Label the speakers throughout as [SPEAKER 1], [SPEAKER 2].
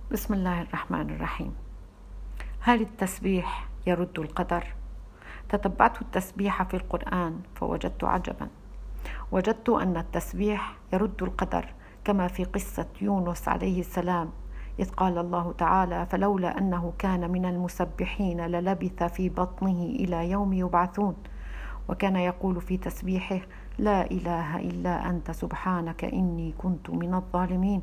[SPEAKER 1] بسم الله الرحمن الرحيم. هل التسبيح يرد القدر؟ تتبعت التسبيح في القرآن فوجدت عجبا. وجدت أن التسبيح يرد القدر، كما في قصة يونس عليه السلام، إذ قال الله تعالى: فلولا أنه كان من المسبحين للبث في بطنه إلى يوم يبعثون. وكان يقول في تسبيحه: لا إله إلا أنت سبحانك إني كنت من الظالمين.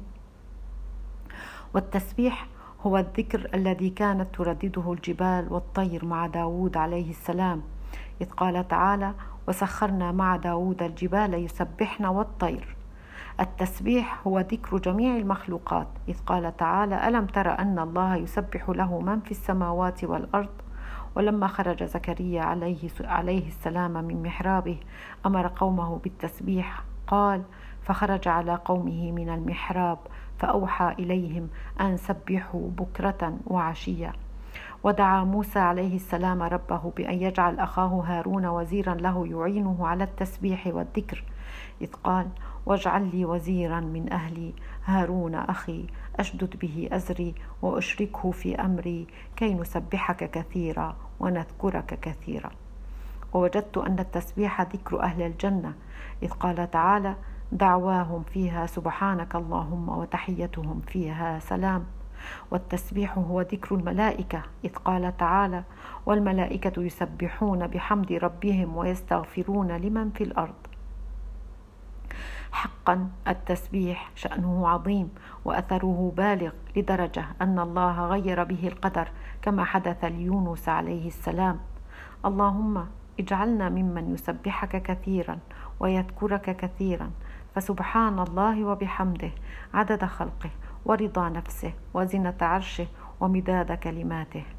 [SPEAKER 1] والتسبيح هو الذكر الذي كانت تردده الجبال والطير مع داود عليه السلام، إذ قال تعالى: وسخرنا مع داود الجبال يسبحن والطير. التسبيح هو ذكر جميع المخلوقات، إذ قال تعالى: ألم تر أن الله يسبح له من في السماوات والأرض. ولما خرج زكريا عليه السلام من محرابه أمر قومه بالتسبيح، قال: فخرج على قومه من المحراب فأوحى إليهم أن سبحوا بكرة وعشيا. ودعا موسى عليه السلام ربه بأن يجعل أخاه هارون وزيرا له يعينه على التسبيح والذكر، إذ قال: واجعل لي وزيرا من أهلي هارون أخي أشدد به أزري وأشركه في أمري كي نسبحك كثيرا ونذكرك كثيرا. ووجدت أن التسبيح ذكر أهل الجنة، إذ قال تعالى: دعواهم فيها سبحانك اللهم وتحيتهم فيها سلام. والتسبيح هو ذكر الملائكة، إذ قال تعالى: والملائكة يسبحون بحمد ربهم ويستغفرون لمن في الأرض. حقا التسبيح شأنه عظيم وأثره بالغ، لدرجة أن الله غير به القدر، كما حدث ليونس عليه السلام. اللهم اجعلنا ممن يسبحك كثيرا ويذكرك كثيرا، فسبحان الله وبحمده عدد خلقه ورضا نفسه وزنة عرشه ومداد كلماته.